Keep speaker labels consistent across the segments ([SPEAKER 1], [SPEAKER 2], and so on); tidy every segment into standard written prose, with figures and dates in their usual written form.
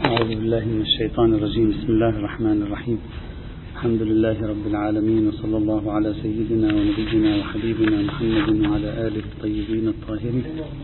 [SPEAKER 1] أعوذ بالله من الشيطان الرجيم. بسم الله الرحمن الرحيم. الحمد لله رب العالمين، وصلى الله على سيدنا ونبينا وحبيبنا محمد وعلى آله الطيبين الطاهرين.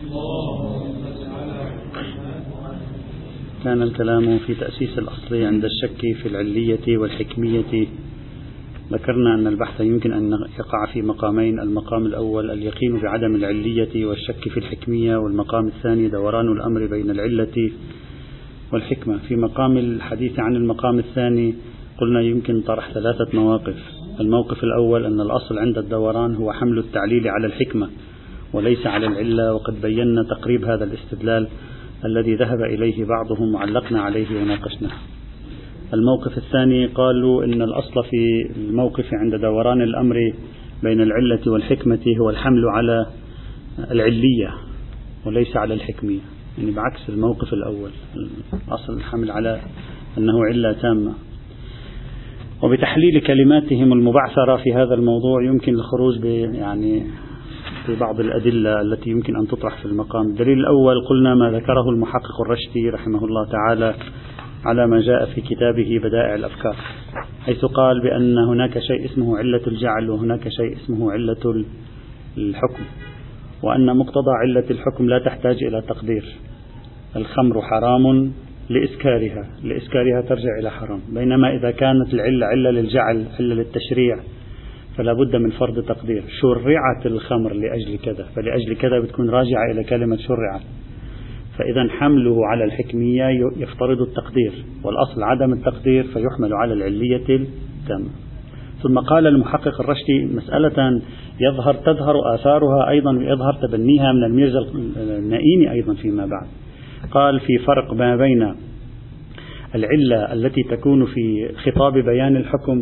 [SPEAKER 1] كان الكلام في تأسيس الأصل عند الشك في العلية والحكمية. ذكرنا أن البحث يمكن أن يقع في مقامين: المقام الأول اليقين بعدم العلية والشك في الحكمية، والمقام الثاني دوران الأمر بين العلة والحكمة. في مقام الحديث عن المقام الثاني قلنا يمكن طرح 3 مواقف. الموقف الأول أن الأصل عند الدوران هو حمل التعليل على الحكمة وليس على العلة، وقد بينا تقريب هذا الاستدلال الذي ذهب إليه بعضهم وعلقنا عليه وناقشناه. الموقف الثاني قالوا إن الأصل في الموقف عند دوران الأمر بين العلة والحكمة هو الحمل على العلية وليس على الحكمية، يعني بعكس الموقف الأول، الأصل الحمل على أنه علة تامة. وبتحليل كلماتهم المبعثرة في هذا الموضوع يمكن الخروج ببعض الأدلة التي يمكن أن تطرح في المقام. الدليل الأول قلنا ما ذكره المحقق الرشدي رحمه الله تعالى على ما جاء في كتابه بدائع الأفكار، حيث قال بأن هناك شيء اسمه علة الجعل وهناك شيء اسمه علة الحكم، وأن مقتضى علة الحكم لا تحتاج إلى تقدير. الخمر حرام لإسكارها ترجع إلى حرام، بينما إذا كانت العلة علة للجعل علة للتشريع فلا بد من فرض تقدير. شرعت الخمر لأجل كذا، فلأجل كذا بتكون راجعة إلى كلمة شرعت، فإذا حمله على الحكمية يفترض التقدير، والأصل عدم التقدير فيحمل على العلية التامة. ثم قال المحقق الرشدي مسألة تظهر آثارها أيضا ويظهر تبنيها من الميرزا النائيني أيضا فيما بعد. قال في فرق ما بين العلة التي تكون في خطاب بيان الحكم،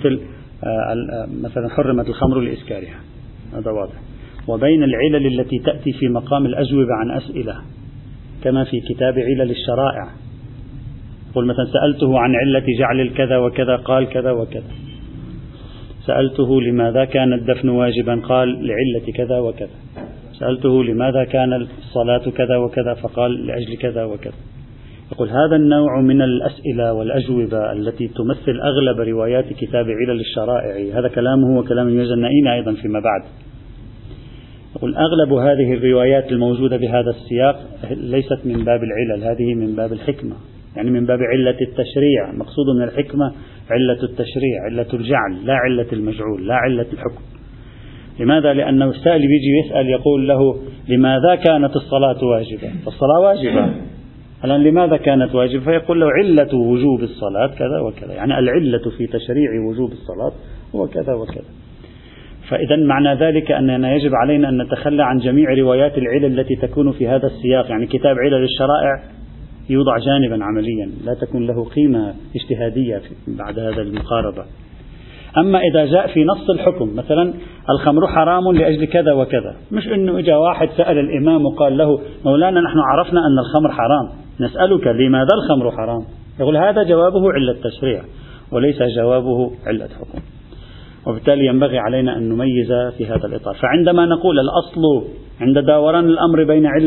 [SPEAKER 1] مثلا حرمت الخمر لإسكارها، هذا واضح، وبين العلل التي تأتي في مقام الأجوبة عن أسئلة، كما في كتاب علل الشرائع. قل مثلا سألته عن علة جعل الكذا وكذا قال كذا وكذا، سألته لماذا كان الدفن واجبا قال لعلة كذا وكذا، سألته لماذا كان الصلاة كذا وكذا فقال لأجل كذا وكذا. يقول هذا النوع من الأسئلة والأجوبة التي تمثل أغلب روايات كتاب علل الشرائع، هذا كلامه وكلام الميرزا النائيني أيضا فيما بعد. يقول أغلب هذه الروايات الموجودة بهذا السياق ليست من باب العلل، هذه من باب الحكمة، يعني من باب علة التشريع. مقصود من الحكمة علة التشريع، علة الجعل، لا علة المجعول، لا علة الحكم. لماذا؟ لأنه السائل بيجي يسأل يقول له لماذا كانت الصلاة واجبة؟ فالصلاة واجبة، الآن لماذا كانت واجبة؟ فيقول له علة وجوب الصلاة كذا وكذا، يعني العلة في تشريع وجوب الصلاة هو كذا وكذا. فإذا معنى ذلك أننا يجب علينا أن نتخلى عن جميع روايات العلل التي تكون في هذا السياق، يعني كتاب علل الشرائع يوضع جانبا عمليا، لا تكون له قيمة اجتهادية بعد هذا المقاربة. أما إذا جاء في نص الحكم مثلا الخمر حرام لأجل كذا وكذا، مش إنه إجا واحد سأل الإمام وقال له مولانا نحن عرفنا أن الخمر حرام، نسألك لماذا الخمر حرام؟ يقول هذا جوابه علة تشريع وليس جوابه علة حكم، وبالتالي ينبغي علينا أن نميز في هذا الإطار. فعندما نقول الأصل عند دوران الأمر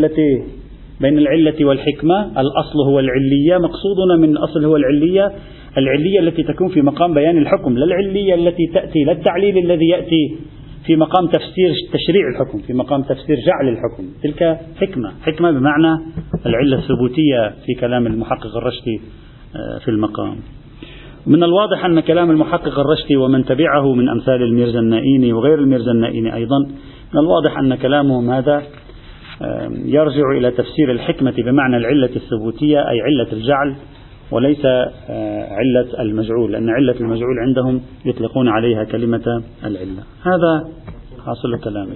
[SPEAKER 1] بين العلة والحكمة، الأصل هو العلية، مقصودنا من الأصل هو العلية التي تكون في مقام بيان الحكم، لا العلية التي تأتي، لا التعليل الذي يأتي في مقام تفسير تشريع الحكم، في مقام تفسير جعل الحكم، تلك حكمة بمعنى العلة الثبوتية في كلام المحقق الرشدي في المقام. من الواضح أن كلام المحقق الرشدي ومن تبعه من أمثال الميرزا النائيني وغير الميرزا النائيني أيضا، من الواضح أن كلامهم هذا يرجع إلى تفسير الحكمة بمعنى العلة الثبوتية، أي علة الجعل وليس علة المجعول، لأن علة المجعول عندهم يطلقون عليها كلمة العلة. هذا حاصل كلامي.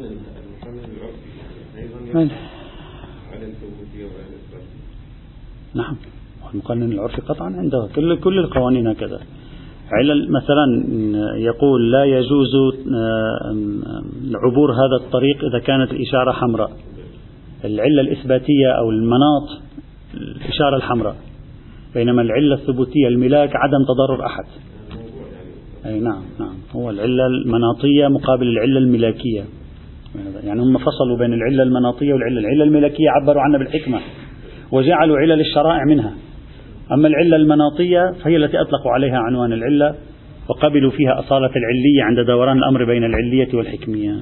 [SPEAKER 1] نعم، المقنن العرفي قطعا عنده كل القوانين هكذا. علل مثلا يقول لا يجوز عبور هذا الطريق إذا كانت الإشارة حمراء، العلة الإثباتية أو المناط الإشارة الحمراء، بينما العلة الثبوتية الملاك عدم تضرر أحد. أي نعم، هو العلة المناطية مقابل العلة الملاكية، يعني هم فصلوا بين العلة المناطية والعلة الملاكية، عبروا عنها بالحكمة وجعلوا علل الشرائع منها، أما العلة المناطية فهي التي أطلقوا عليها عنوان العلة، وقبلوا فيها أصالة العلية عند دوران الأمر بين العلية والحكمية.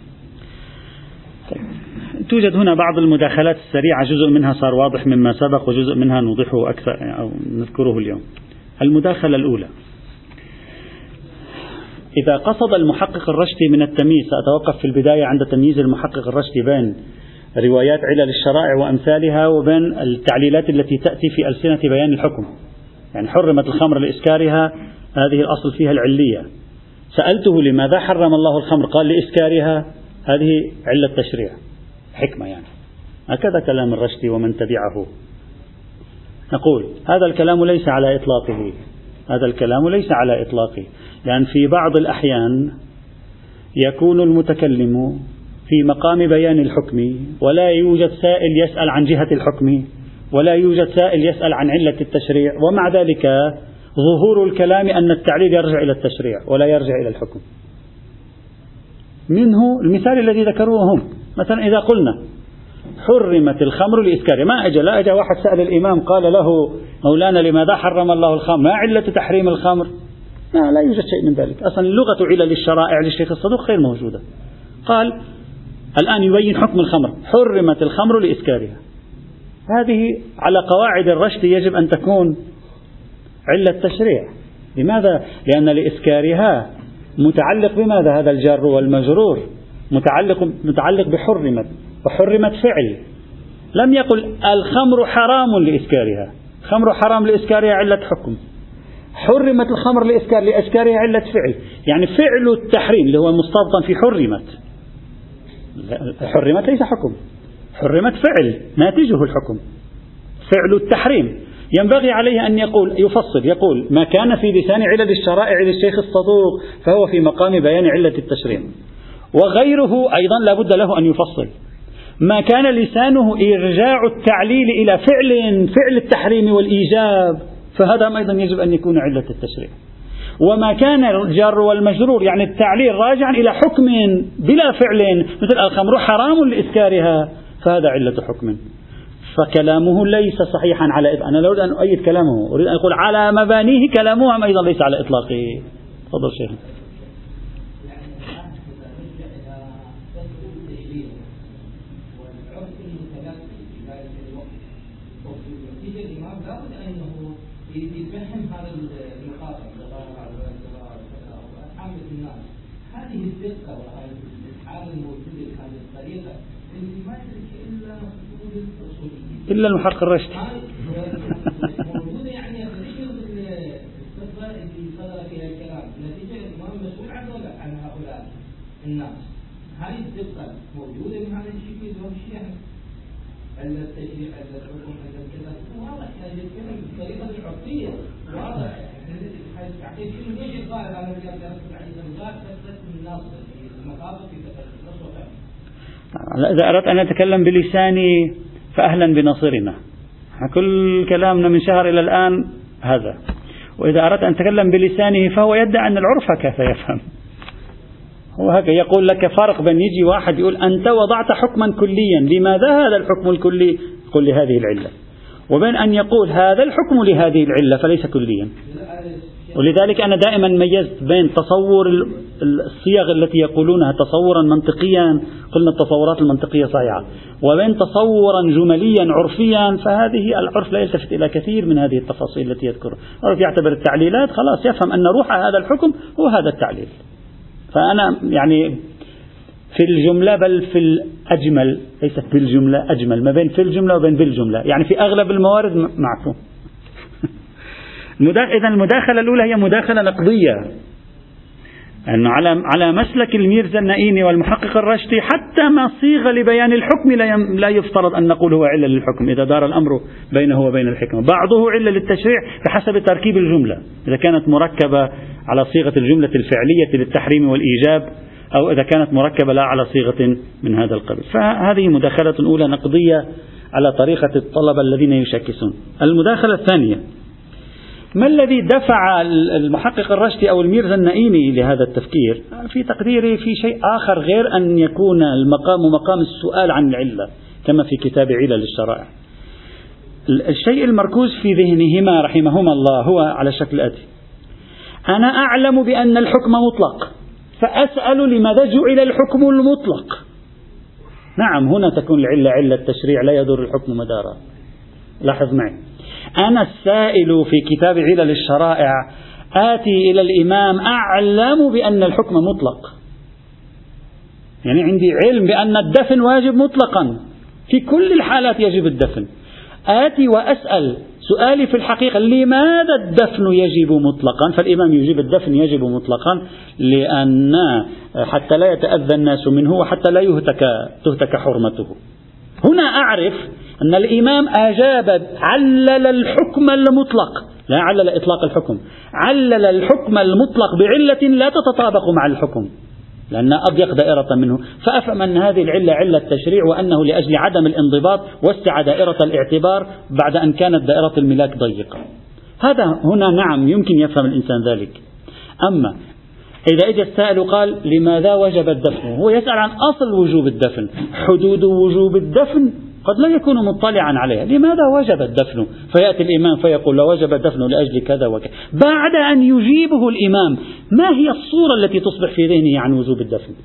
[SPEAKER 1] توجد هنا بعض المداخلات السريعة، جزء منها صار واضح مما سبق وجزء منها نوضحه أكثر أو نذكره اليوم. المداخلة الأولى: إذا قصد المحقق الرشدي من التمييز، سأتوقف في البداية عند تمييز المحقق الرشدي بين روايات علل الشرائع وأمثالها وبين التعليلات التي تأتي في ألسنة بيان الحكم. يعني حرمت الخمر لإسكارها، هذه الأصل فيها العلية. سألته لماذا حرم الله الخمر، قال لإسكارها، هذه علة تشريع، حكمة يعني. هكذا كلام الرشدي ومن تبعه. نقول هذا الكلام ليس على إطلاقه، هذا الكلام ليس على إطلاقه، لأن في بعض الأحيان يكون المتكلم في مقام بيان الحكم ولا يوجد سائل يسأل عن جهة الحكم، ولا يوجد سائل يسأل عن علة التشريع، ومع ذلك ظهور الكلام أن التعليل يرجع إلى التشريع ولا يرجع إلى الحكم. منه المثال الذي ذكروه هم، مثلا إذا قلنا حرمت الخمر لإسكارها، لا أجا واحد سأل الإمام قال له مولانا لماذا حرم الله الخمر، ما علة تحريم الخمر؟ لا يوجد شيء من ذلك، أصلا لغة علل الشرائع للشيخ الصدوق غير موجودة. قال الآن يبين حكم الخمر، حرمت الخمر لإسكارها، هذه على قواعد الرشد يجب أن تكون علة تشريع. لماذا؟ لأن لإسكارها متعلق بماذا؟ هذا الجار والمجرور متعلق بحرمت، وحرمت فعل، لم يقل الخمر حرام لإسكارها، الخمر حرام لإسكارها علة حكم، حرمت الخمر لإسكارها علة فعل، يعني فعل التحريم اللي هو مستبطن في حرمت ليس حكم، حرمت فعل ناتجه الحكم، فعل التحريم. ينبغي عليه أن يقول ما كان في لسان علل الشرائع للشيخ الصدوق فهو في مقام بيان علة التشريع، وغيره أيضا لا بد له أن يفصل. ما كان لسانه إرجاع التعليل إلى فعل التحريم والإيجاب، فهذا أيضا يجب أن يكون علة التشريع. وما كان الجار والمجرور يعني التعليل راجعا إلى حكم بلا فعل، مثل الخمر حرام لإسكارها، فهذا علة حكم. فكلامه ليس صحيحا أنا لا أريد أن أؤيد كلامه، أريد أن أقول على مبانيه كلامه أيضا ليس على إطلاقه. تفضل شيخ.
[SPEAKER 2] هذه الدقة وهذه الحالة الموجودة بهذه الطريقة ما يدرك
[SPEAKER 1] إلا المحقق الرشدي
[SPEAKER 2] موجودة، يعني يخرج الخطبة اللي صدر فيها الكلام نتيجة الإمام مسؤول عن هؤلاء الناس. هذه الدقة موجودة بهذا الشكل وهو الشيء يعني التشريع الحكم كذا واضح، يعني يتكلم بالطريقة العرفية واضح. يعني شنو ليش يقال هذا الكلام يرد عليه الغاء من الناس المقابل في النص.
[SPEAKER 1] إذا أردت أن أتكلم بلساني فأهلا بنصرنا، كل كلامنا من شهر إلى الآن هذا. وإذا أردت أن أتكلم بلسانه فهو يدعي أن العرف كيف يفهم. هو هكذا يقول لك فرق بين يجي واحد يقول أنت وضعت حكما كليا، لماذا هذا الحكم الكلي؟ قل لهذه العلة، وبين أن يقول هذا الحكم لهذه العلة فليس كليا. ولذلك أنا دائما ميزت بين تصور الصيغ التي يقولونها تصورا منطقيا، قلنا التصورات المنطقية صحيحة، وبين تصورا جمليا عرفيا، فهذه العرف لا يلتفت إلى كثير من هذه التفاصيل التي يذكرها. العرف يعتبر التعليلات خلاص، يفهم أن روح هذا الحكم هو هذا التعليل. فأنا يعني في الجملة بل في الأجمل، ليست بالجملة أجمل، ما بين في الجملة وبين بالجملة، يعني في أغلب الموارد معكم. إذا المداخلة الأولى هي مداخلة نقضية، أنه على مسلك الميرزا النائيني والمحقق الرشدي حتى ما صيغ لبيان الحكم لا يفترض أن نقول هو علة للحكم إذا دار الأمر بينه وبين الحكمة، بعضه علة للتشريع بحسب تركيب الجملة، إذا كانت مركبة على صيغة الجملة الفعلية للتحريم والإيجاب، أو إذا كانت مركبة لا على صيغة من هذا القبيل. فهذه مداخلة أولى نقضية على طريقة الطلبة الذين يشكسون. المداخلة الثانية: ما الذي دفع المحقق الرشدي أو الميرزا النائيني لهذا التفكير؟ في تقديري في شيء آخر غير أن يكون المقام مقام السؤال عن العلة كما في كتاب علل الشرائع. الشيء المركوز في ذهنهما رحمهما الله هو على الشكل الآتي: أنا أعلم بأن الحكم مطلق، فأسأل لماذا جعل الحكم المطلق؟ نعم، هنا تكون العلة علة التشريع، لا يدور الحكم مدارا. لاحظ معي، أنا السائل في كتاب علل الشرائع آتي إلى الإمام أعلم بأن الحكم مطلق، يعني عندي علم بأن الدفن واجب مطلقا، في كل الحالات يجب الدفن. آتي وأسأل سؤالي في الحقيقة: لماذا الدفن يجب مطلقا؟ فالإمام يجيب: الدفن يجب مطلقا لأن حتى لا يتأذى الناس منه وحتى لا تهتك حرمته. هنا أعرف أن الإمام أجاب، علل الحكم المطلق، لا علل إطلاق الحكم، علل الحكم المطلق بعلة لا تتطابق مع الحكم لأن أضيق دائرة منه، فأفهم أن هذه العلة علة التشريع، وأنه لأجل عدم الانضباط وسع دائرة الاعتبار بعد أن كانت دائرة الملاك ضيقة. هذا هنا نعم يمكن يفهم الإنسان ذلك. أما إذا إجا السائل قال: لماذا وجب الدفن؟ هو يسأل عن أصل وجوب الدفن، حدود وجوب الدفن قد لا يكون مطلعا عليها. لماذا وجب الدفن؟ فيأتي الإمام فيقول: لا، وجب الدفن لأجل كذا وكذا، بعد أن يجيبه الإمام ما هي الصورة التي تصبح في ذهنه عن وجوب الدفن.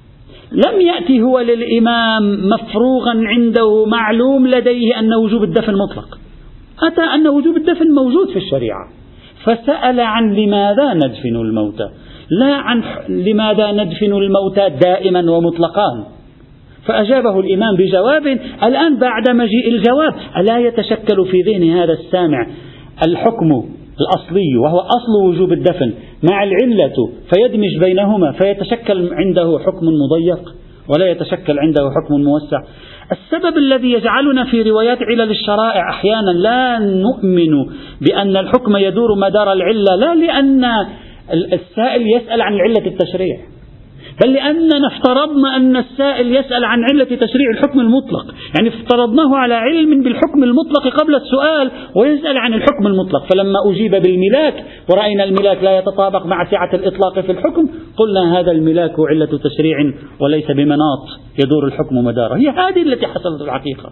[SPEAKER 1] لم يأتي هو للإمام مفروغا عنده معلوم لديه أن وجوب الدفن مطلق، أتى أن وجوب الدفن موجود في الشريعة، فسأل عن لماذا ندفن الموتى، لا عن لماذا ندفن الموتى دائما ومطلقا. فأجابه الإمام بجواب. الآن بعد مجيء الجواب ألا يتشكل في ذهن هذا السامع الحكم الأصلي وهو أصل وجوب الدفن مع العلة، فيدمج بينهما فيتشكل عنده حكم مضيق ولا يتشكل عنده حكم موسع. السبب الذي يجعلنا في روايات علل الشرائع أحيانا لا نؤمن بأن الحكم يدور مدار العلة، لا لأن السائل يسأل عن علة التشريع، بل لأننا افترضنا أن السائل يسأل عن علة تشريع الحكم المطلق، يعني افترضناه على علم بالحكم المطلق قبل السؤال ويسأل عن الحكم المطلق. فلما أجيب بالملاك ورأينا الملاك لا يتطابق مع سعة الإطلاق في الحكم، قلنا هذا الملاك علة تشريع وليس بمناط يدور الحكم مداره. هي هذه التي حصلت في الحقيقة.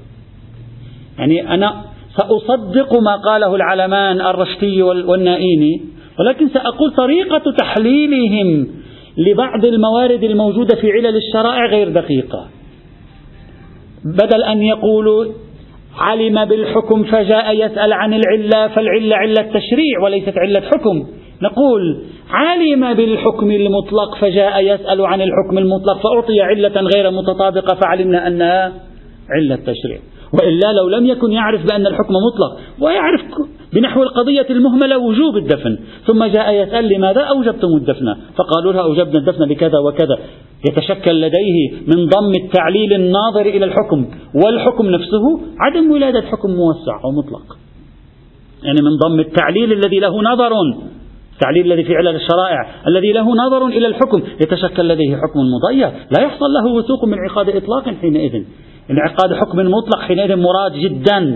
[SPEAKER 1] يعني أنا سأصدق ما قاله العلمان الرشتي والنائيني، ولكن سأقول طريقة تحليلهم لبعض الموارد الموجودة في علل الشرائع غير دقيقة. بدل أن يقولوا علم بالحكم فجاء يسأل عن العلة، فالعلة علة تشريع وليست علة حكم، نقول علم بالحكم المطلق فجاء يسأل عن الحكم المطلق فأعطي علة غير متطابقة فعلمنا أنها علة تشريع. وإلا لو لم يكن يعرف بأن الحكم مطلق ويعرف بنحو القضية المهملة وجوب الدفن، ثم جاء يسأل لماذا أوجبتم الدفن، فقالوا له أوجبنا الدفن بكذا وكذا، يتشكل لديه من ضم التعليل الناظر إلى الحكم والحكم نفسه عدم ولادة حكم موسع أو مطلق. يعني من ضم التعليل الذي له نظر، التعليل الذي في علل الشرائع الذي له نظر إلى الحكم، يتشكل لديه حكم مضيق لا يحصل له وثوق من انعقاد إطلاق حينئذ. انعقاد حكم مطلق حينئذ مراد جدا.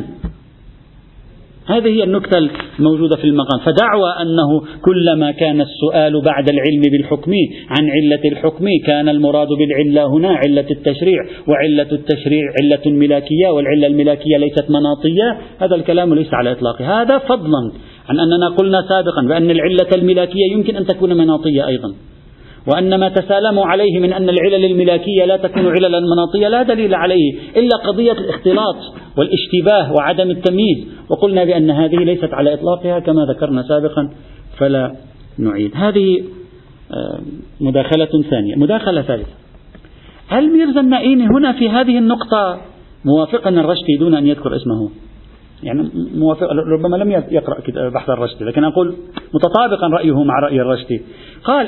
[SPEAKER 1] هذه هي النكتة الموجودة في المقام. فدعوى أنه كلما كان السؤال بعد العلم بالحكم عن علة الحكم كان المراد بالعلة هنا علة التشريع، وعلة التشريع علة ملاكية، والعلة الملاكية ليست مناطية، هذا الكلام ليس على إطلاقه. هذا فضلا عن أننا قلنا سابقا بأن العلة الملاكية يمكن أن تكون مناطية أيضا، وأن ما تسالموا عليه من أن العلل الملاكية لا تكون عللا مناطية لا دليل عليه إلا قضية الاختلاط والاشتباه وعدم التمييز، وقلنا بأن هذه ليست على إطلاقها كما ذكرنا سابقا فلا نعيد. هذه مداخلة ثانية. مداخلة ثالثة: هل ميرزا النائيني هنا في هذه النقطة موافقا الرشدي دون أن يذكر اسمه؟ يعني موافق، ربما لم يقرأ بحث الرشدي، لكن أقول متطابقا رأيه مع رأي الرشدي. قال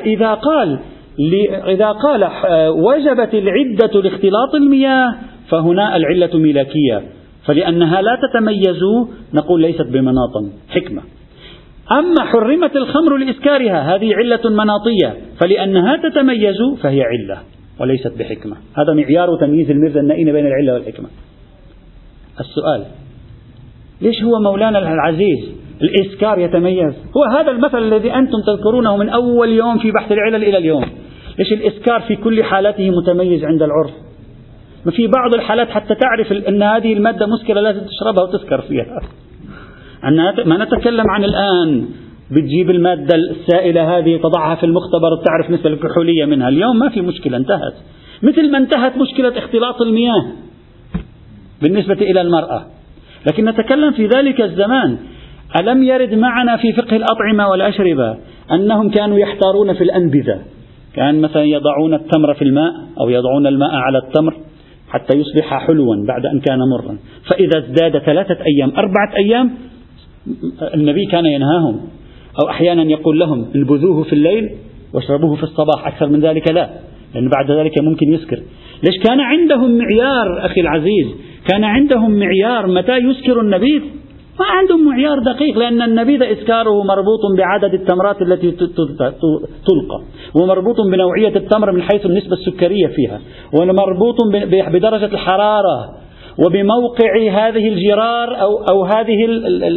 [SPEAKER 1] إذا قال وجبت العدة لاختلاط المياه فهنا العلة ملاكية، فلأنها لا تتميز نقول ليست بمناطا حكمة. أما حرمت الخمر لإسكارها هذه علة مناطية، فلأنها تتميز فهي علة وليست بحكمة. هذا معيار تمييز الميرزا النائيني بين العلة والحكمة. السؤال: ليش هو مولانا العزيز الإسكار يتميز؟ هو هذا المثل الذي أنتم تذكرونه من أول يوم في بحث العلل إلى اليوم. ليش الإسكار في كل حالاته متميز عند العرف؟ في بعض الحالات حتى تعرف أن هذه المادة مسكرة لازم تشربها وتسكر فيها. ما نتكلم عن الآن بتجيب المادة السائلة هذه تضعها في المختبر وتعرف نسبة الكحولية منها. اليوم ما في مشكلة، انتهت، مثل ما انتهت مشكلة اختلاط المياه بالنسبة إلى المرأة. لكن نتكلم في ذلك الزمان، ألم يرد معنا في فقه الأطعمة والأشربة أنهم كانوا يحتارون في الأنبذة؟ كان مثلا يضعون التمر في الماء أو يضعون الماء على التمر حتى يصبح حلوا بعد أن كان مرا، فإذا ازداد 3 أيام 4 أيام النبي كان ينهاهم، أو أحيانا يقول لهم انبذوه في الليل واشربوه في الصباح، أكثر من ذلك لا، لأن بعد ذلك ممكن يسكر. ليش؟ كان عندهم معيار أخي العزيز، كان عندهم معيار متى يسكر النبيذ. ما عندهم معيار دقيق، لأن النبيذ إسكاره مربوط بعدد التمرات التي تلقى، ومربوط بنوعية التمر من حيث النسبة السكرية فيها، ومربوط بدرجة الحرارة وبموقع هذه الجرار أو هذه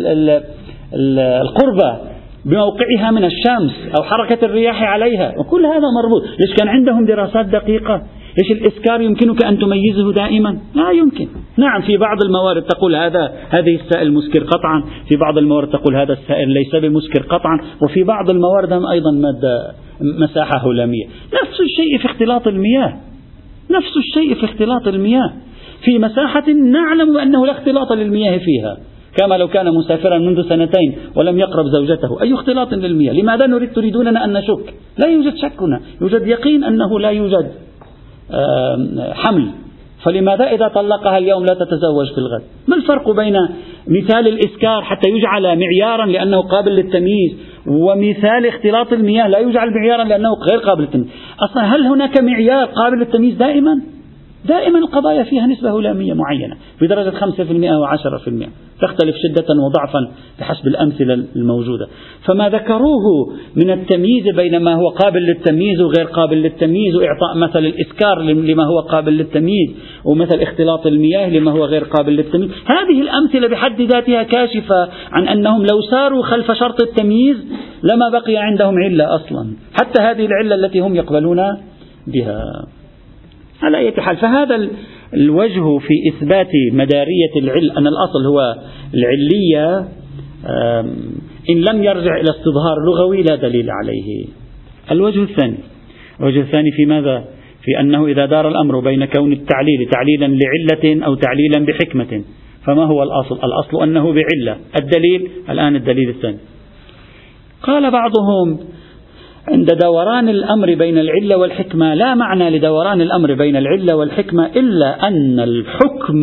[SPEAKER 1] القربة بموقعها من الشمس أو حركة الرياح عليها، وكل هذا مربوط. ليش كان عندهم دراسات دقيقة؟ ليش الإسكار يمكنك أن تميزه دائما؟ لا يمكن. نعم في بعض الموارد تقول هذه السائل مسكر قطعا، في بعض الموارد تقول هذا السائل ليس بمسكر قطعا، وفي بعض الموارد أيضا مادة مساحة هلامية. نفس الشيء في اختلاط المياه، نفس الشيء في اختلاط المياه في مساحة نعلم أنه لا اختلاط للمياه فيها، كما لو كان مسافرا منذ 2 ولم يقرب زوجته، أي اختلاط للمياه؟ لماذا تريدوننا أن نشك؟ لا يوجد شكنا، يوجد يقين أنه لا يوجد حمل، فلماذا إذا طلقها اليوم لا تتزوج في الغد؟ ما الفرق بين مثال الإسكار حتى يجعل معيارا لأنه قابل للتمييز، ومثال اختلاط المياه لا يجعل معيارا لأنه غير قابل للتمييز؟ أصلا هل هناك معيار قابل للتمييز دائما؟ دائما القضايا فيها نسبة هلامية معينة بدرجة 5% و10%، تختلف شدة وضعفا بحسب الأمثلة الموجودة. فما ذكروه من التمييز بين ما هو قابل للتمييز وغير قابل للتمييز، وإعطاء مثل الإسكار لما هو قابل للتمييز، ومثل اختلاط المياه لما هو غير قابل للتمييز، هذه الأمثلة بحد ذاتها كاشفة عن أنهم لو ساروا خلف شرط التمييز لما بقي عندهم علة أصلا، حتى هذه العلة التي هم يقبلون بها. على أي حال، فهذا الوجه في إثبات مدارية العل، أن الأصل هو العلية، إن لم يرجع إلى استظهار لغوي لا دليل عليه. الوجه الثاني في ماذا؟ في أنه إذا دار الأمر بين كون التعليل تعليلا لعلة أو تعليلا بحكمة، فما هو الأصل؟ الأصل أنه بعلة. الدليل الآن، الدليل الثاني، قال بعضهم عند دوران الأمر بين العلة والحكمة لا معنى لدوران الأمر بين العلة والحكمة إلا أن الحكم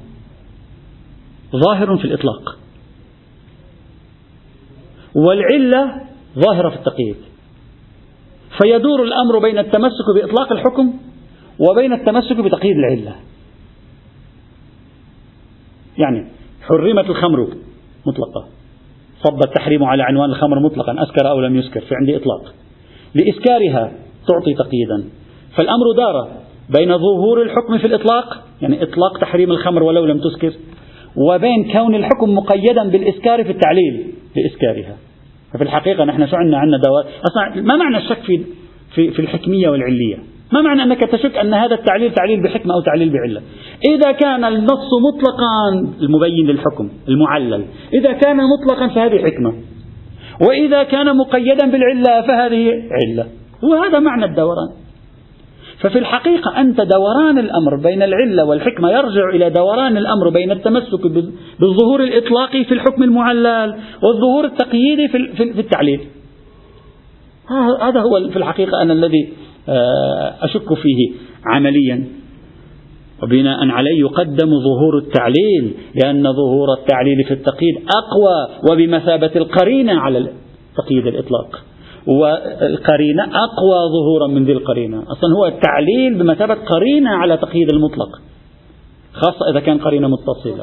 [SPEAKER 1] ظاهر في الإطلاق، والعلة ظاهرة في التقييد، فيدور الأمر بين التمسك بإطلاق الحكم وبين التمسك بتقييد العلة. يعني حرمت الخمر مطلقة، صب التحريم على عنوان الخمر مطلقا، أسكر أو لم يسكر، في عندي إطلاق، لإسكارها تعطي تقييدا، فالأمر دار بين ظهور الحكم في الإطلاق، يعني إطلاق تحريم الخمر ولو لم تسكر، وبين كون الحكم مقيدا بالإسكار في التعليل لإسكارها. ففي الحقيقة نحن شو عندنا دوار أصلا. ما معنى الشك في الحكمية والعلية؟ ما معنى أنك تشك أن هذا التعليل تعليل بحكمة أو تعليل بعلة؟ إذا كان النص مطلقا المبين للحكم المعلل، إذا كان مطلقا فهذه حكمة، وإذا كان مقيدا بالعلة فهذه علة، وهذا معنى الدوران. ففي الحقيقة أنت دوران الأمر بين العلة والحكمة يرجع إلى دوران الأمر بين التمسك بالظهور الإطلاقي في الحكم المعلل والظهور التقييدي في التعليل. هذا هو في الحقيقة أنا الذي أشك فيه عمليا، وبناء عليه يقدم ظهور التعليل، لأن ظهور التعليل في التقييد أقوى وبمثابة القرينة على تقييد الإطلاق، والقرينة أقوى ظهورا من ذي القرينة. أصلا هو التعليل بمثابة قرينة على تقييد المطلق، خاصة إذا كان قرينة متصلة.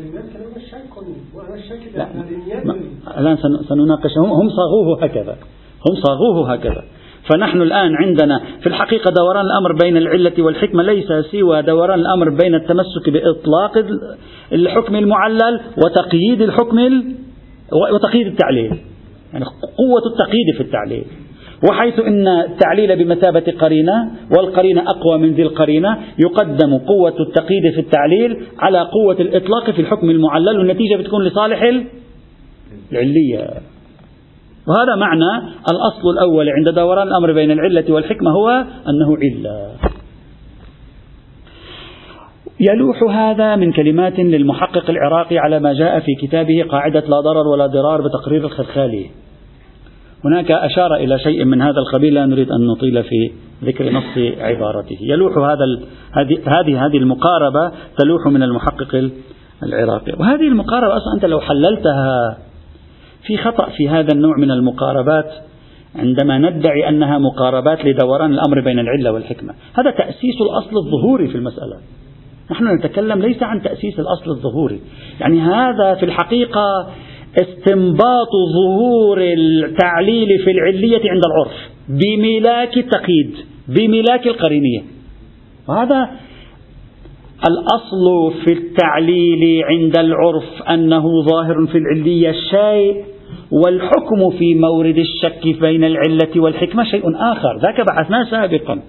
[SPEAKER 1] الآن سنناقش، هم صاغوه هكذا. فنحن الآن عندنا في الحقيقة دوران الأمر بين العلة والحكمة ليس سوى دوران الأمر بين التمسك بإطلاق الحكم المعلل وتقييد الحكم وتقييد التعليل، يعني قوة التقييد في التعليل. وحيث أن التعليل بمثابة قرينة والقرينة أقوى من ذي القرينة، يقدم قوة التقييد في التعليل على قوة الإطلاق في الحكم المعلل، والنتيجة بتكون لصالح العلية. وهذا معنى الأصل الأول عند دوران الأمر بين العلة والحكمة هو أنه علة. يلوح هذا من كلمات للمحقق العراقي على ما جاء في كتابه قاعدة لا ضرر ولا ضرار بتقرير الخلخالي. هناك أشار إلى شيء من هذا القبيل، لا نريد أن نطيل في ذكر نص عبارته. يلوح هذه المقاربة تلوح من المحقق العراقي. وهذه المقاربة أصلا أنت لو حللتها في خطأ في هذا النوع من المقاربات عندما ندعي أنها مقاربات لدوران الأمر بين العلة والحكمة. هذا تأسيس الأصل الظهوري في المسألة. نحن نتكلم ليس عن تأسيس الأصل الظهوري، يعني هذا في الحقيقة استنباط ظهور التعليل في العلية عند العرف بملاك التقييد بملاك القرينية. وهذا الأصل في التعليل عند العرف أنه ظاهر في العلية شيء، والحكم في مورد الشك بين العلة والحكمة شيء آخر. ذاك بحثناه سابقا.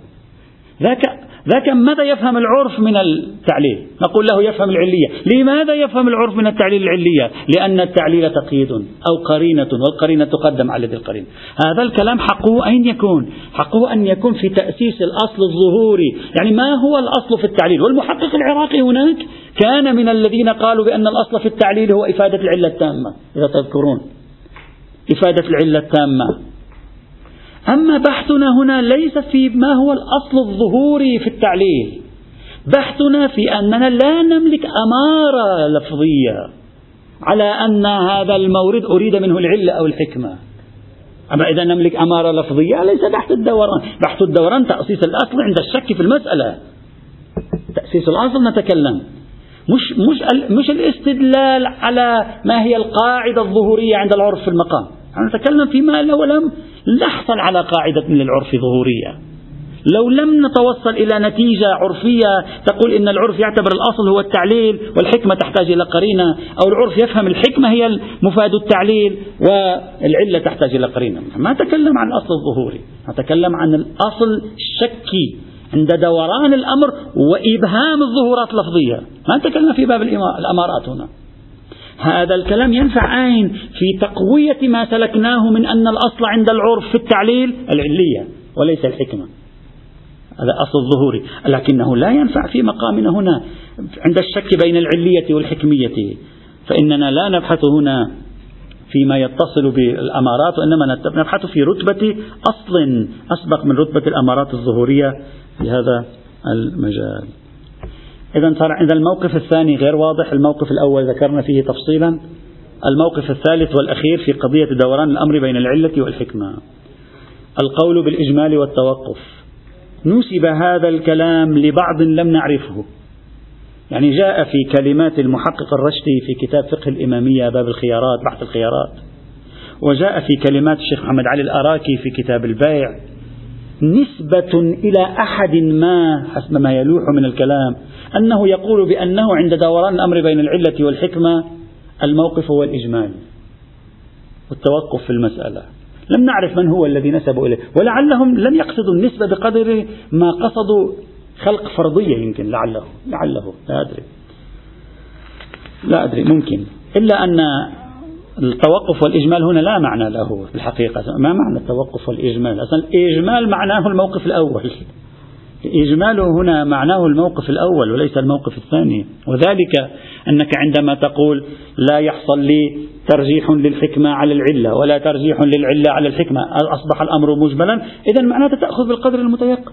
[SPEAKER 1] ذاك ماذا يفهم العرف من التعليل؟ نقول له يفهم العلية. لماذا يفهم العرف من التعليل العلية؟ لأن التعليل تقييد أو قرينة، والقرينة تقدم على ذي القرينة. هذا الكلام حقه أين يكون؟ حقه أن يكون في تأسيس الأصل الظهوري. يعني ما هو الأصل في التعليل؟ والمحقق العراقي هناك كان من الذين قالوا بأن الأصل في التعليل هو إفادة العلة التامة، إذا تذكرون إفادة العلة التامة. أما بحثنا هنا ليس في ما هو الأصل الظهوري في التعليل، بحثنا في أننا لا نملك أمارة لفظية على أن هذا المورد أريد منه العلة أو الحكمة. أما إذا نملك أمارة لفظية ليس بحث الدوران. بحث الدوران تأسيس الأصل عند الشك في المسألة. تأسيس الأصل نتكلم، مش الاستدلال على ما هي القاعدة الظهورية عند العرف في المقام. نتكلم فيما لو لم نحصل على قاعدة من العرف ظهورية، لو لم نتوصل إلى نتيجة عرفية تقول إن العرف يعتبر الأصل هو التعليل والحكمة تحتاج إلى قرينة، أو العرف يفهم الحكمة هي مفاد التعليل والعلة تحتاج إلى قرينة. ما نتكلم عن الأصل الظهوري، نتكلم عن الأصل الشكي عند دوران الأمر وإبهام الظهورات اللفظية. ما نتكلم في باب الأمارات هنا. هذا الكلام ينفع أين؟ في تقوية ما سلكناه من أن الأصل عند العرف في التعليل العلية وليس الحكمة. هذا أصل الظهوري، لكنه لا ينفع في مقامنا هنا عند الشك بين العلية والحكمية، فإننا لا نبحث هنا فيما يتصل بالأمارات، وإنما نبحث في رتبة أصل أسبق من رتبة الأمارات الظهورية في هذا المجال. إذا صار عند الموقف الثاني غير واضح. الموقف الأول ذكرنا فيه تفصيلا. الموقف الثالث والأخير في قضية دوران الأمر بين العلة والحكمة، القول بالإجمال والتوقف. نسب هذا الكلام لبعض لم نعرفه، يعني جاء في كلمات المحقق الرشدي في كتاب فقه الإمامية باب الخيارات بحث الخيارات، وجاء في كلمات الشيخ محمد علي الأراكي في كتاب البيع نسبة إلى أحد ما حسب ما يلوح من الكلام أنه يقول بأنه عند دوران الأمر بين العلة والحكمة الموقف هو الإجمال والتوقف في المسألة. لم نعرف من هو الذي نسبوا إليه، ولعلهم لم يقصدوا النسبة بقدر ما قصدوا خلق فرضية، يمكن لعله لا أدري ممكن، إلا أن التوقف والإجمال هنا لا معنى له في الحقيقة. ما معنى التوقف والإجمال؟ أصلا الإجمال معناه الموقف الأول، الإجمال هنا معناه الموقف الأول وليس الموقف الثاني. وذلك أنك عندما تقول لا يحصل لي ترجيح للحكمة على العلة ولا ترجيح للعلة على الحكمة أصبح الأمر مجملا، إذن معناته تأخذ بالقدر المتيقن،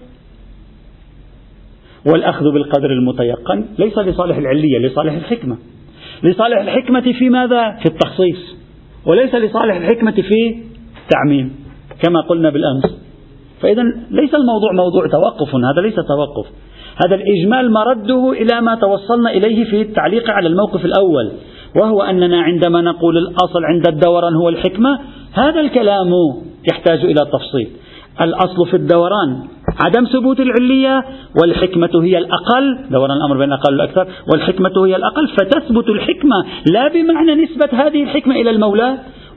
[SPEAKER 1] والأخذ بالقدر المتيقن ليس لصالح العلية، لصالح الحكمة. لصالح الحكمة في ماذا؟ في التخصيص، وليس لصالح الحكمة في التعميم كما قلنا بالأمس. فإذا ليس الموضوع موضوع توقف، هذا ليس توقف، هذا الإجمال مرده إلى ما توصلنا إليه في التعليق على الموقف الأول، وهو أننا عندما نقول الأصل عند الدوران هو الحكمة، هذا الكلام يحتاج إلى تفصيل. الأصل في الدوران عدم ثبوت العلية، والحكمة هي الأقل، دوران الأمر بين الأقل والأكثر، والحكمة هي الأقل، فتثبت الحكمة لا بمعنى نسبة هذه الحكمة إلى المولى،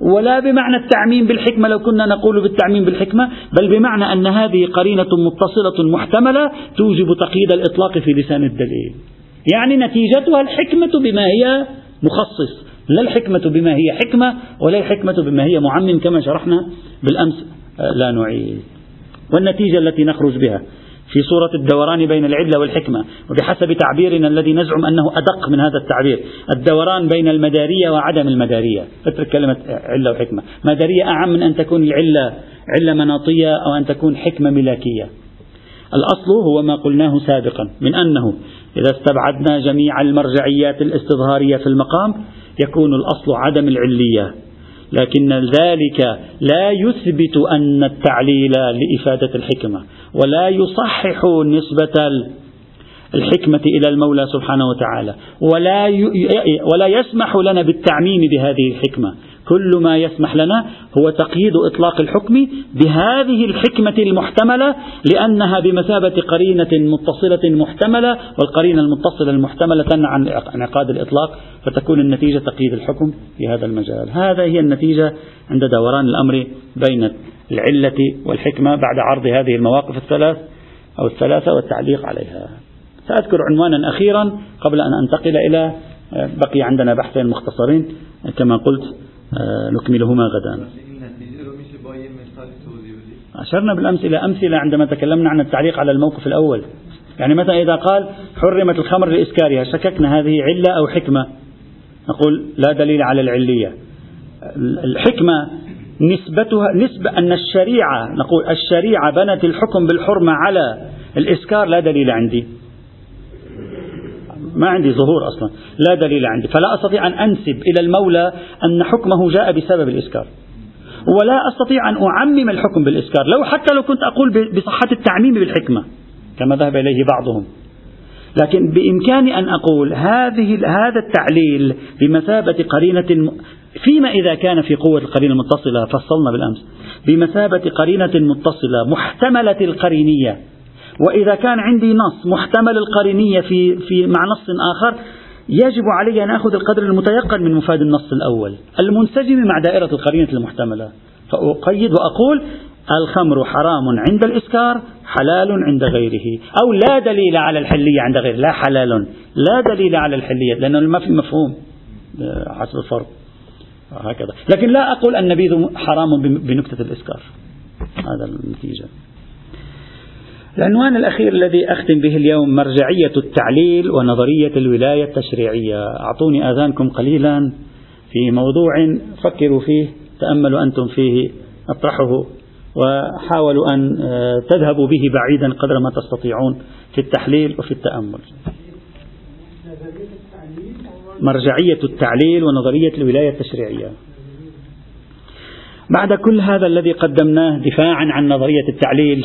[SPEAKER 1] ولا بمعنى التعميم بالحكمة لو كنا نقول بالتعميم بالحكمة، بل بمعنى أن هذه قرينة متصلة محتملة توجب تقييد الإطلاق في لسان الدليل. يعني نتيجتها الحكمة بما هي مخصص، لا الحكمة بما هي حكمة ولا الحكمة بما هي معمم كما شرحنا بالأمس. لا نعيد. والنتيجة التي نخرج بها في صورة الدوران بين العلة والحكمة، وبحسب تعبيرنا الذي نزعم أنه أدق من هذا التعبير، الدوران بين المدارية وعدم المدارية. اترك كلمة علة وحكمة، مدارية أعم من أن تكون العلة علة مناطية أو أن تكون حكمة ملاكية. الأصل هو ما قلناه سابقا من أنه إذا استبعدنا جميع المرجعيات الاستظهارية في المقام يكون الأصل عدم العلية، لكن ذلك لا يثبت أن التعليل لإفادة الحكمة، ولا يصحح نسبة الحكمة إلى المولى سبحانه وتعالى، ولا يسمح لنا بالتعميم بهذه الحكمة. كل ما يسمح لنا هو تقييد إطلاق الحكم بهذه الحكمة المحتملة، لأنها بمثابة قرينة متصلة محتملة، والقرينة المتصلة المحتملة تمنع عن انعقاد الإطلاق، فتكون النتيجة تقييد الحكم في هذا المجال. هذا هي النتيجة عند دوران الأمر بين العلة والحكمة بعد عرض هذه المواقف الثلاثة والتعليق عليها. سأذكر عنوانا أخيرا قبل أن أنتقل إلى بقي عندنا بحثين مختصرين كما قلت نكملهما غدا. أشرنا بالأمس إلى أمثلة عندما تكلمنا عن التعليق على الموقف الأول. يعني مثلا إذا قال حرمت الخمر لإسكارها، شككنا هذه علة أو حكمة، نقول لا دليل على العلية. الحكمة نسبة أن الشريعة، نقول الشريعة بنت الحكم بالحرمة على الإسكار، لا دليل عندي، ما عندي ظهور أصلا، لا دليل عندي، فلا أستطيع أن أنسب إلى المولى أن حكمه جاء بسبب الإسكار، ولا أستطيع أن أعمم الحكم بالإسكار، حتى لو كنت أقول بصحة التعميم بالحكمة كما ذهب إليه بعضهم. لكن بإمكاني أن أقول هذا التعليل بمثابة قرينة، فيما إذا كان في قوة القرينة المتصلة، فصلنا بالأمس، بمثابة قرينة متصلة محتملة القرينية. وإذا كان عندي نص محتمل القرينية في مع نص آخر، يجب علي أن أخذ القدر المتيقن من مفاد النص الأول المنسجم مع دائرة القرينة المحتملة، فأقيد وأقول الخمر حرام عند الإسكار، حلال عند غيره، أو لا دليل على الحلية عند غيره، لا حلال، لا دليل على الحلية، لأنه ما في مفهوم حسب الفرق هكذا. لكن لا أقول النبيذ حرام بنكتة الإسكار. هذا النتيجة. العنوان الأخير الذي أختم به اليوم مرجعية التعليل ونظرية الولاية التشريعية. أعطوني آذانكم قليلا في موضوع فكروا فيه، تأملوا أنتم فيه، أطرحه وحاولوا أن تذهبوا به بعيدا قدر ما تستطيعون في التحليل وفي التأمل. مرجعية التعليل ونظرية الولاية التشريعية. بعد كل هذا الذي قدمناه دفاعا عن نظرية التعليل،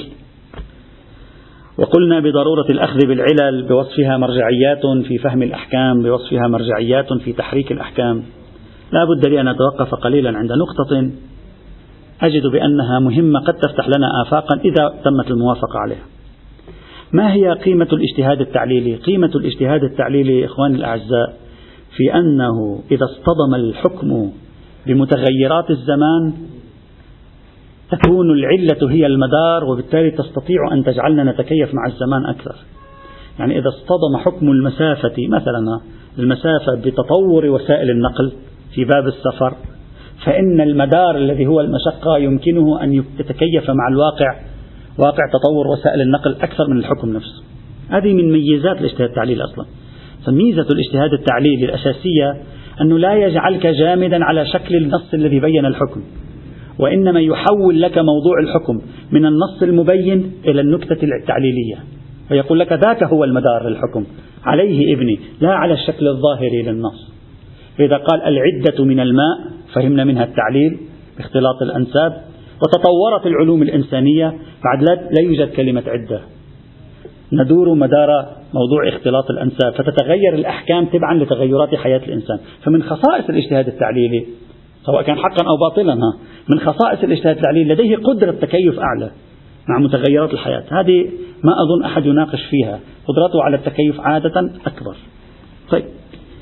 [SPEAKER 1] وقلنا بضرورة الأخذ بالعلل بوصفها مرجعيات في فهم الأحكام، بوصفها مرجعيات في تحريك الأحكام، لا بد لي أن أتوقف قليلا عند نقطة أجد بأنها مهمة قد تفتح لنا آفاقا إذا تمت الموافقة عليها. ما هي قيمة الاجتهاد التعليلي؟ قيمة الاجتهاد التعليلي إخواني الأعزاء في أنه إذا اصطدم الحكم بمتغيرات الزمان تكون العلة هي المدار، وبالتالي تستطيع أن تجعلنا نتكيف مع الزمان أكثر. يعني إذا اصطدم حكم المسافة مثلا المسافة بتطور وسائل النقل في باب السفر، فإن المدار الذي هو المشقة يمكنه أن يتكيف مع الواقع، واقع تطور وسائل النقل أكثر من الحكم نفسه. هذه من ميزات الاجتهاد التعليلي أصلا. فميزة الاجتهاد التعليلي الأساسية أنه لا يجعلك جامدا على شكل النص الذي بين الحكم، وإنما يحول لك موضوع الحكم من النص المبين إلى النكتة التعليلية، ويقول لك ذاك هو المدار للحكم، عليه ابني، لا على الشكل الظاهري للنص. فإذا قال العدة من الماء فهمنا منها التعليل باختلاط الأنساب، وتطورت العلوم الإنسانية بعد لا يوجد كلمة عدة، ندور مدار موضوع اختلاط الأنساب، فتتغير الأحكام تبعا لتغيرات حياة الإنسان. فمن خصائص الاجتهاد التعليلي سواء كان حقا أو باطلا، من خصائص الاجتهاد التعليلي لديه قدرة تكيف أعلى مع متغيرات الحياة. هذه ما أظن أحد يناقش فيها، قدرته على التكيف عادة أكبر. طيب،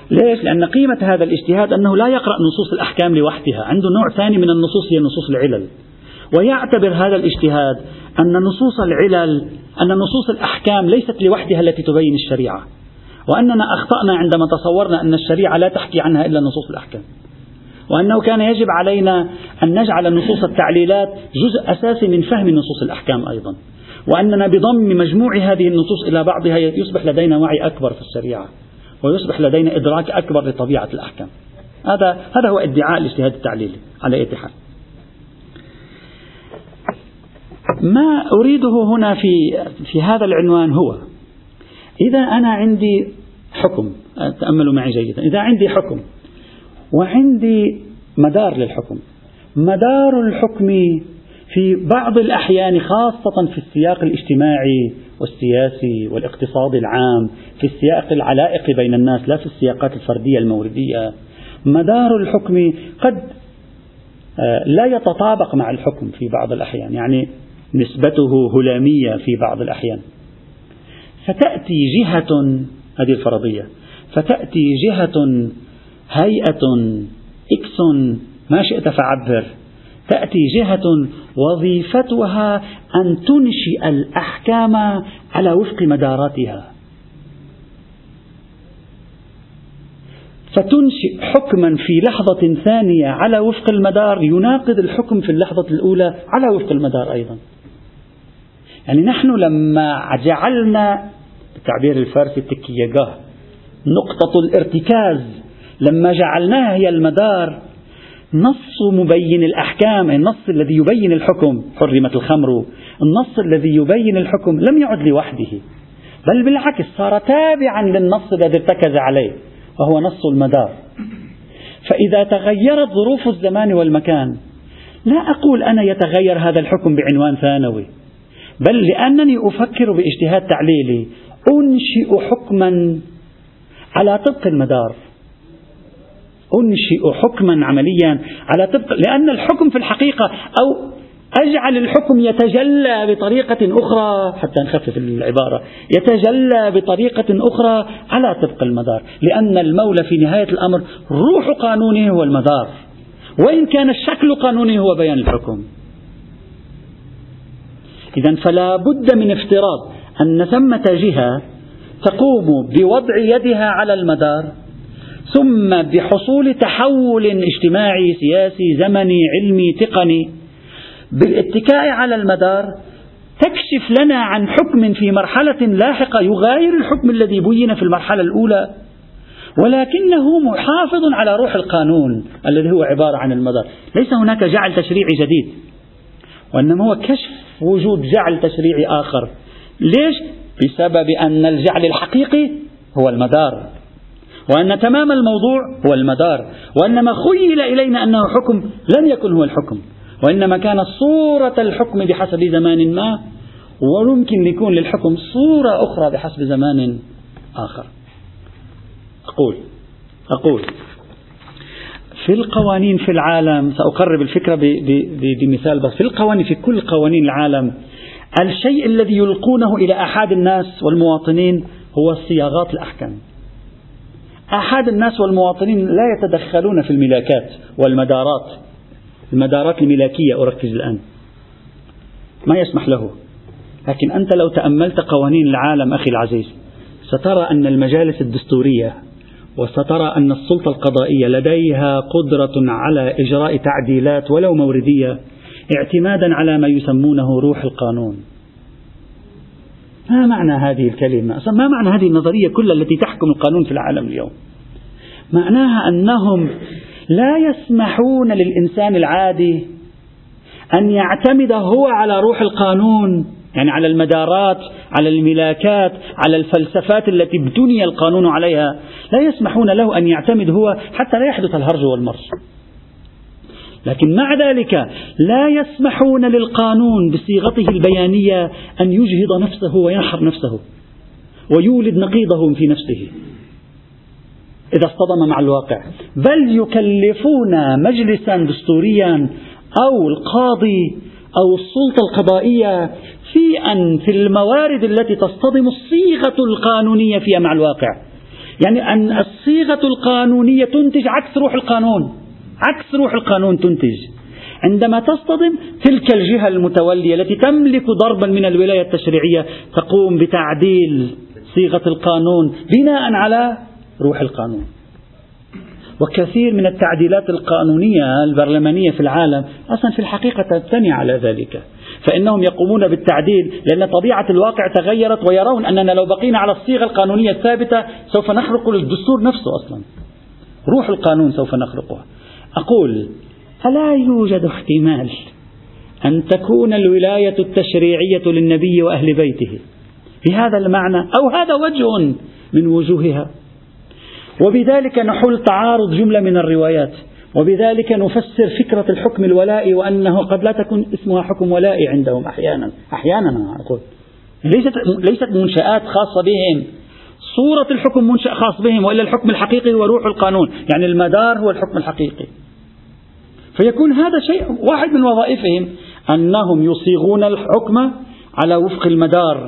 [SPEAKER 1] ليش؟ لأن قيمة هذا الاجتهاد أنه لا يقرأ نصوص الأحكام لوحدها، عنده نوع ثاني من النصوص هي نصوص العلل، ويعتبر هذا الاجتهاد أن نصوص العلل، أن نصوص الأحكام ليست لوحدها التي تبين الشريعة، وأننا أخطأنا عندما تصورنا أن الشريعة لا تحكي عنها إلا نصوص الأحكام، وأنه كان يجب علينا أن نجعل نصوص التعليلات جزء أساسي من فهم نصوص الأحكام أيضا، وأننا بضم مجموع هذه النصوص إلى بعضها يصبح لدينا وعي أكبر في الشريعة، ويصبح لدينا إدراك أكبر لطبيعة الأحكام. هذا هو ادعاء الاجتهاد التعليلي على أي حال. ما أريده هنا في هذا العنوان هو إذا أنا عندي حكم، تأملوا معي جيدا، إذا عندي حكم وعندي مدار للحكم، مدار الحكم في بعض الأحيان خاصة في السياق الاجتماعي والسياسي والاقتصادي العام، في السياق العلائقي بين الناس لا في السياقات الفردية الموردية، مدار الحكم قد لا يتطابق مع الحكم في بعض الأحيان، يعني نسبته هلامية في بعض الأحيان. فتأتي جهة، هذه الفرضية، فتأتي جهة، هيئة، إكس، ما شئت فعبر، تأتي جهة وظيفتها أن تنشئ الأحكام على وفق مداراتها، فتنشئ حكما في لحظة ثانية على وفق المدار يناقض الحكم في اللحظة الأولى على وفق المدار أيضا. يعني نحن لما جعلنا بالتعبير الفارسي التكيجاه نقطة الارتكاز، لما جعلناها هي المدار، نص مبين الأحكام، النص الذي يبين الحكم، حرمت الخمر، النص الذي يبين الحكم لم يعد لوحده، بل بالعكس صار تابعا للنص الذي ارتكز عليه وهو نص المدار. فإذا تغيرت ظروف الزمان والمكان، لا أقول أنا يتغير هذا الحكم بعنوان ثانوي، بل لأنني أفكر باجتهاد تعليلي أنشئ حكما على طبق المدار، أنشئ حكما عمليا على طبق، لأن الحكم في الحقيقة، أو أجعل الحكم يتجلى بطريقة أخرى حتى نخفف العبارة، يتجلى بطريقة أخرى على طبق المدار، لأن المولى في نهاية الأمر روح قانونه هو المدار، وإن كان الشكل قانونه هو بيان الحكم. إذن فلا بد من افتراض أن ثمة جهة تقوم بوضع يدها على المدار، ثم بحصول تحول اجتماعي سياسي زمني علمي تقني بالاتكاء على المدار تكشف لنا عن حكم في مرحلة لاحقة يغاير الحكم الذي بين في المرحلة الأولى، ولكنه محافظ على روح القانون الذي هو عبارة عن المدار. ليس هناك جعل تشريعي جديد، وإنما هو كشف وجود جعل تشريعي آخر. ليش؟ بسبب أن الجعل الحقيقي هو المدار، وأن تمام الموضوع هو المدار، وأن ما خيل إلينا أنه حكم لم يكن هو الحكم، وإنما كان صورة الحكم بحسب زمان ما، ويمكن يكون للحكم صورة أخرى بحسب زمان آخر. أقول في القوانين في العالم، سأقرب الفكرة بمثال بس، في القوانين، في كل قوانين العالم، الشيء الذي يلقونه إلى أحد الناس والمواطنين هو صياغات الأحكام. أحد الناس والمواطنين لا يتدخلون في الملاكات والمدارات، المدارات الملاكية أركز الآن، ما يسمح له. لكن أنت لو تأملت قوانين العالم أخي العزيز سترى أن المجالس الدستورية وسترى أن السلطة القضائية لديها قدرة على إجراء تعديلات ولو موردية اعتمادا على ما يسمونه روح القانون. ما معنى هذه الكلمة؟ ما معنى هذه النظرية كلها التي تحكم القانون في العالم اليوم؟ معناها أنهم لا يسمحون للإنسان العادي أن يعتمد هو على روح القانون، يعني على المدارات، على الملاكات، على الفلسفات التي بني القانون عليها، لا يسمحون له أن يعتمد هو حتى لا يحدث الهرج والمرج. لكن مع ذلك لا يسمحون للقانون بصيغته البيانية أن يجهض نفسه وينحر نفسه ويولد نقيضه في نفسه إذا اصطدم مع الواقع، بل يكلفون مجلسا دستوريا أو القاضي أو السلطة القضائية في الموارد التي تصطدم الصيغة القانونية فيها مع الواقع يعني أن الصيغة القانونية تنتج عكس روح القانون، عكس روح القانون تنتج. عندما تصطدم تلك الجهة المتولية التي تملك ضربا من الولاية التشريعية تقوم بتعديل صيغة القانون بناء على روح القانون. وكثير من التعديلات القانونية البرلمانية في العالم أصلا في الحقيقة تبتني على ذلك، فإنهم يقومون بالتعديل لأن طبيعة الواقع تغيرت، ويرون أننا لو بقينا على الصيغة القانونية الثابتة سوف نخرق الدستور نفسه، أصلا روح القانون سوف نخرقها. أقول ألا يوجد احتمال أن تكون الولاية التشريعية للنبي وأهل بيته بهذا المعنى، أو هذا وجه من وجوهها، وبذلك نحل تعارض جملة من الروايات، وبذلك نفسر فكرة الحكم الولائي وأنه قد لا تكون اسمها حكم ولائي عندهم أحيانا أقول ليست منشآت خاصة بهم، صورة الحكم منشأ خاص بهم، وإلا الحكم الحقيقي هو روح القانون، يعني المدار هو الحكم الحقيقي. فيكون هذا شيء واحد من وظائفهم، أنهم يصيغون الحكم على وفق المدار،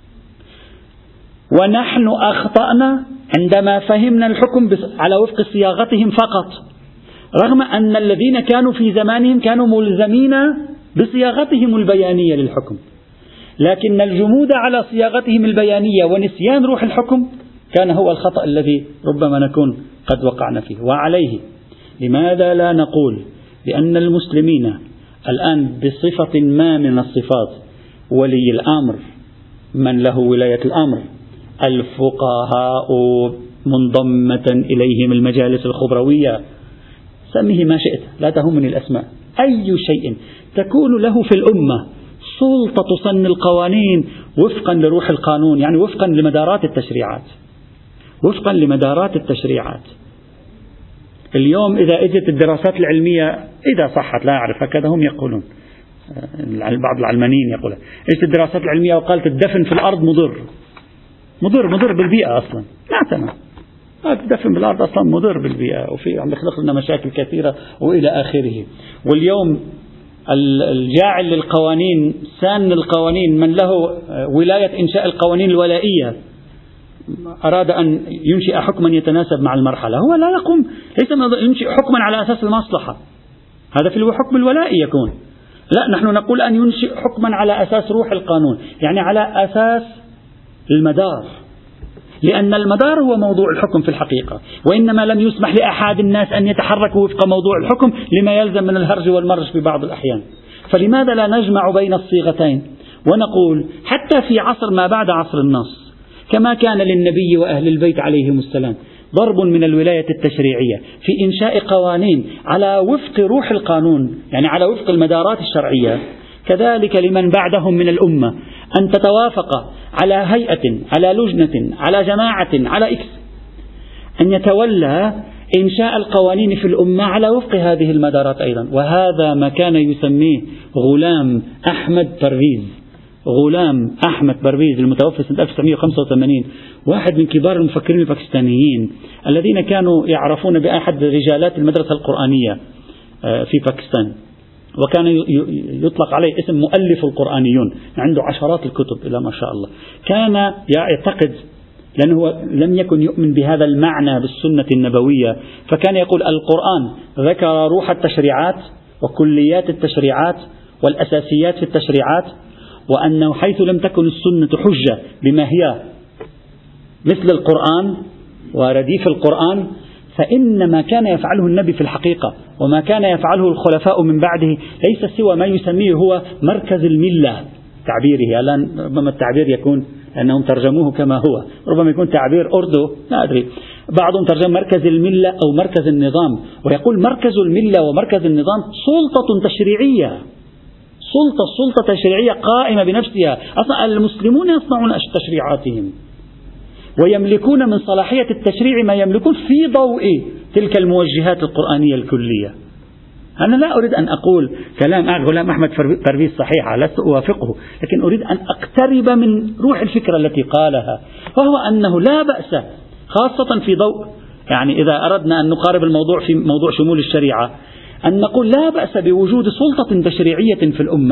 [SPEAKER 1] ونحن أخطأنا عندما فهمنا الحكم على وفق صياغتهم فقط، رغم أن الذين كانوا في زمانهم كانوا ملزمين بصياغتهم البيانية للحكم، لكن الجمود على صياغتهم البيانية ونسيان روح الحكم كان هو الخطأ الذي ربما نكون قد وقعنا فيه. وعليه لماذا لا نقول بأن المسلمين الآن بصفة ما من الصفات، ولي الأمر، من له ولاية الأمر، الفقهاء منضمة إليهم المجالس الخبروية، سميه ما شئت لا تهمني الأسماء، أي شيء تكون له في الأمة سلطة تصن القوانين وفقا لروح القانون، يعني وفقا لمدارات التشريعات، وفقا لمدارات التشريعات. اليوم إذا اجت الدراسات العلمية، إذا صحت لا أعرف هكذا هم يقولون، بعض العلمانيين يقولون، اجت الدراسات العلمية وقالت الدفن في الأرض مضر بالبيئة أصلا، لا تمام، الدفن بالأرض أصلا مضر بالبيئة، وفي عم يخلق لنا مشاكل كثيرة وإلى آخره. واليوم الجاعل للقوانين، سان القوانين، من له ولاية إنشاء القوانين الولائية، أراد أن ينشئ حكما يتناسب مع المرحلة، هو لا يقوم، ليس ينشئ حكما على أساس المصلحة، هذا في الحكم الولائي يكون، لا، نحن نقول أن ينشئ حكما على أساس روح القانون، يعني على أساس المدار، لأن المدار هو موضوع الحكم في الحقيقة، وإنما لم يسمح لأحد الناس أن يتحركوا وفق موضوع الحكم لما يلزم من الهرج والمرج في بعض الأحيان. فلماذا لا نجمع بين الصيغتين ونقول حتى في عصر ما بعد عصر النص، كما كان للنبي وأهل البيت عليهم السلام ضرب من الولاية التشريعية في إنشاء قوانين على وفق روح القانون، يعني على وفق المدارات الشرعية، كذلك لمن بعدهم من الأمة أن تتوافق على هيئة، على لجنة، على جماعة، على إكس، أن يتولى إنشاء القوانين في الأمة على وفق هذه المدارات أيضا. وهذا ما كان يسميه غلام أحمد برويز المتوفى سنة 1985، واحد من كبار المفكرين الباكستانيين الذين كانوا يعرفون بأحد رجالات المدرسة القرآنية في باكستان، وكان يطلق عليه اسم مؤلف القرآنيون، عنده عشرات الكتب إلى ما شاء الله. كان يعتقد، لأنه لم يكن يؤمن بهذا المعنى بالسنة النبوية، فكان يقول القرآن ذكر روح التشريعات وكليات التشريعات والأساسيات في التشريعات، وأنه حيث لم تكن السنة حجة بما هي مثل القرآن ورديف القرآن، فإن ما كان يفعله النبي في الحقيقة وما كان يفعله الخلفاء من بعده ليس سوى ما يسميه هو مركز الملة تعبيره. الآن ربما التعبير يكون أنهم ترجموه كما هو، ربما يكون تعبير أردو لا أدري، بعضهم ترجم مركز الملة أو مركز النظام، ويقول مركز الملة ومركز النظام سلطة تشريعية، سلطة تشريعية قائمة بنفسها. أصلا المسلمون يصنعون تشريعاتهم ويملكون من صلاحية التشريع ما يملكون في ضوء تلك الموجهات القرآنية الكلية. أنا لا أريد أن أقول كلام غلام أحمد برويز صحيحة، لست أوافقه، لكن أريد أن أقترب من روح الفكرة التي قالها، وهو أنه لا بأس، خاصة في ضوء، يعني إذا أردنا أن نقارب الموضوع في موضوع شمول الشريعة، أن نقول لا بأس بوجود سلطة تشريعية في الأمة،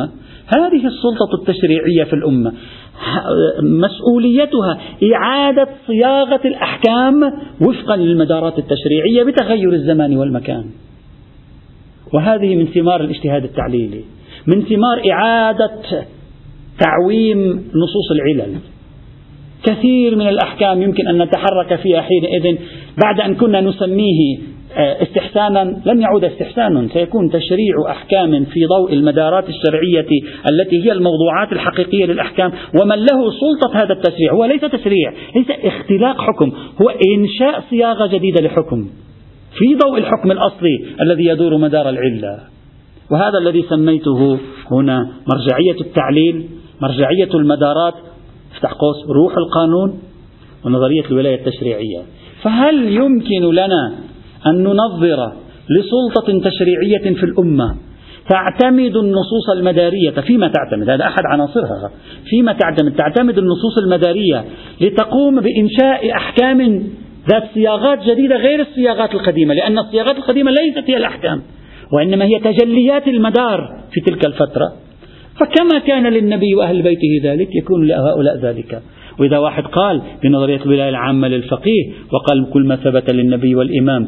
[SPEAKER 1] هذه السلطة التشريعية في الأمة مسؤوليتها إعادة صياغة الأحكام وفقا للمدارات التشريعية بتغير الزمان والمكان. وهذه من ثمار الاجتهاد التعليلي، من ثمار إعادة تعويم نصوص العلل. كثير من الأحكام يمكن أن نتحرك فيها حينئذ بعد أن كنا نسميه استحسانا، لن يعود استحسانا، سيكون تشريع أحكام في ضوء المدارات الشرعية التي هي الموضوعات الحقيقية للأحكام. ومن له سلطة هذا التشريع هو ليس تشريع، ليس اختلاق حكم، هو إنشاء صياغة جديدة لحكم في ضوء الحكم الأصلي الذي يدور مدار العلة. وهذا الذي سميته هنا مرجعية التعليل، مرجعية المدارات، افتح قوس روح القانون، ونظرية الولاية التشريعية. فهل يمكن لنا أن ننظر لسلطة تشريعية في الأمة تعتمد النصوص المدارية فيما تعتمد، هذا أحد عناصرها، فيما تعتمد النصوص المدارية لتقوم بإنشاء أحكام ذات صياغات جديدة غير الصياغات القديمة، لأن الصياغات القديمة ليست هي الأحكام وإنما هي تجليات المدار في تلك الفترة. فكما كان للنبي وأهل بيته ذلك يكون لهؤلاء ذلك. وإذا واحد قال بنظرية الولاية العامة للفقيه وقال كل ما ثبت للنبي والإمام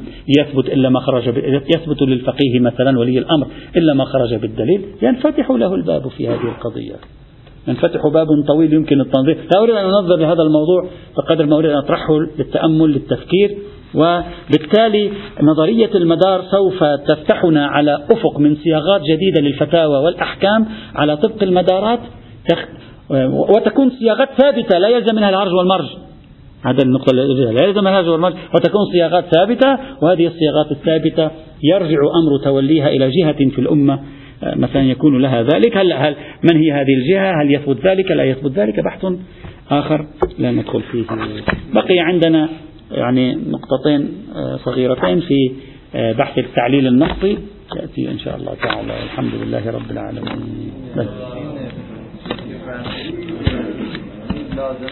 [SPEAKER 1] يثبت للفقيه مثلا ولي الأمر إلا ما خرج بالدليل، ينفتح له الباب في هذه القضية، ينفتح باب طويل يمكن التنظير. لا أريد أن أنظر لهذا الموضوع بقدر ما أريد أن أطرحه للتأمل للتفكير. وبالتالي نظرية المدار سوف تفتحنا على أفق من صياغات جديدة للفتاوى والأحكام على طبق المدارات، وتكون صياغات ثابتة لا يلزم منها الهرج والمرج. هذا النقطة لا يلزم منها الهرج والمرج، وتكون صياغات ثابتة، وهذه الصياغات الثابتة يرجع أمر توليها إلى جهة في الأمة مثلا يكون لها ذلك. هل من هي هذه الجهة؟ هل يثبت ذلك لا يثبت ذلك؟ بحث آخر لا ندخل فيه. بقي عندنا يعني نقطتين صغيرتين في بحث التعليل النصي يأتي إن شاء الله تعالى. الحمد لله رب العالمين.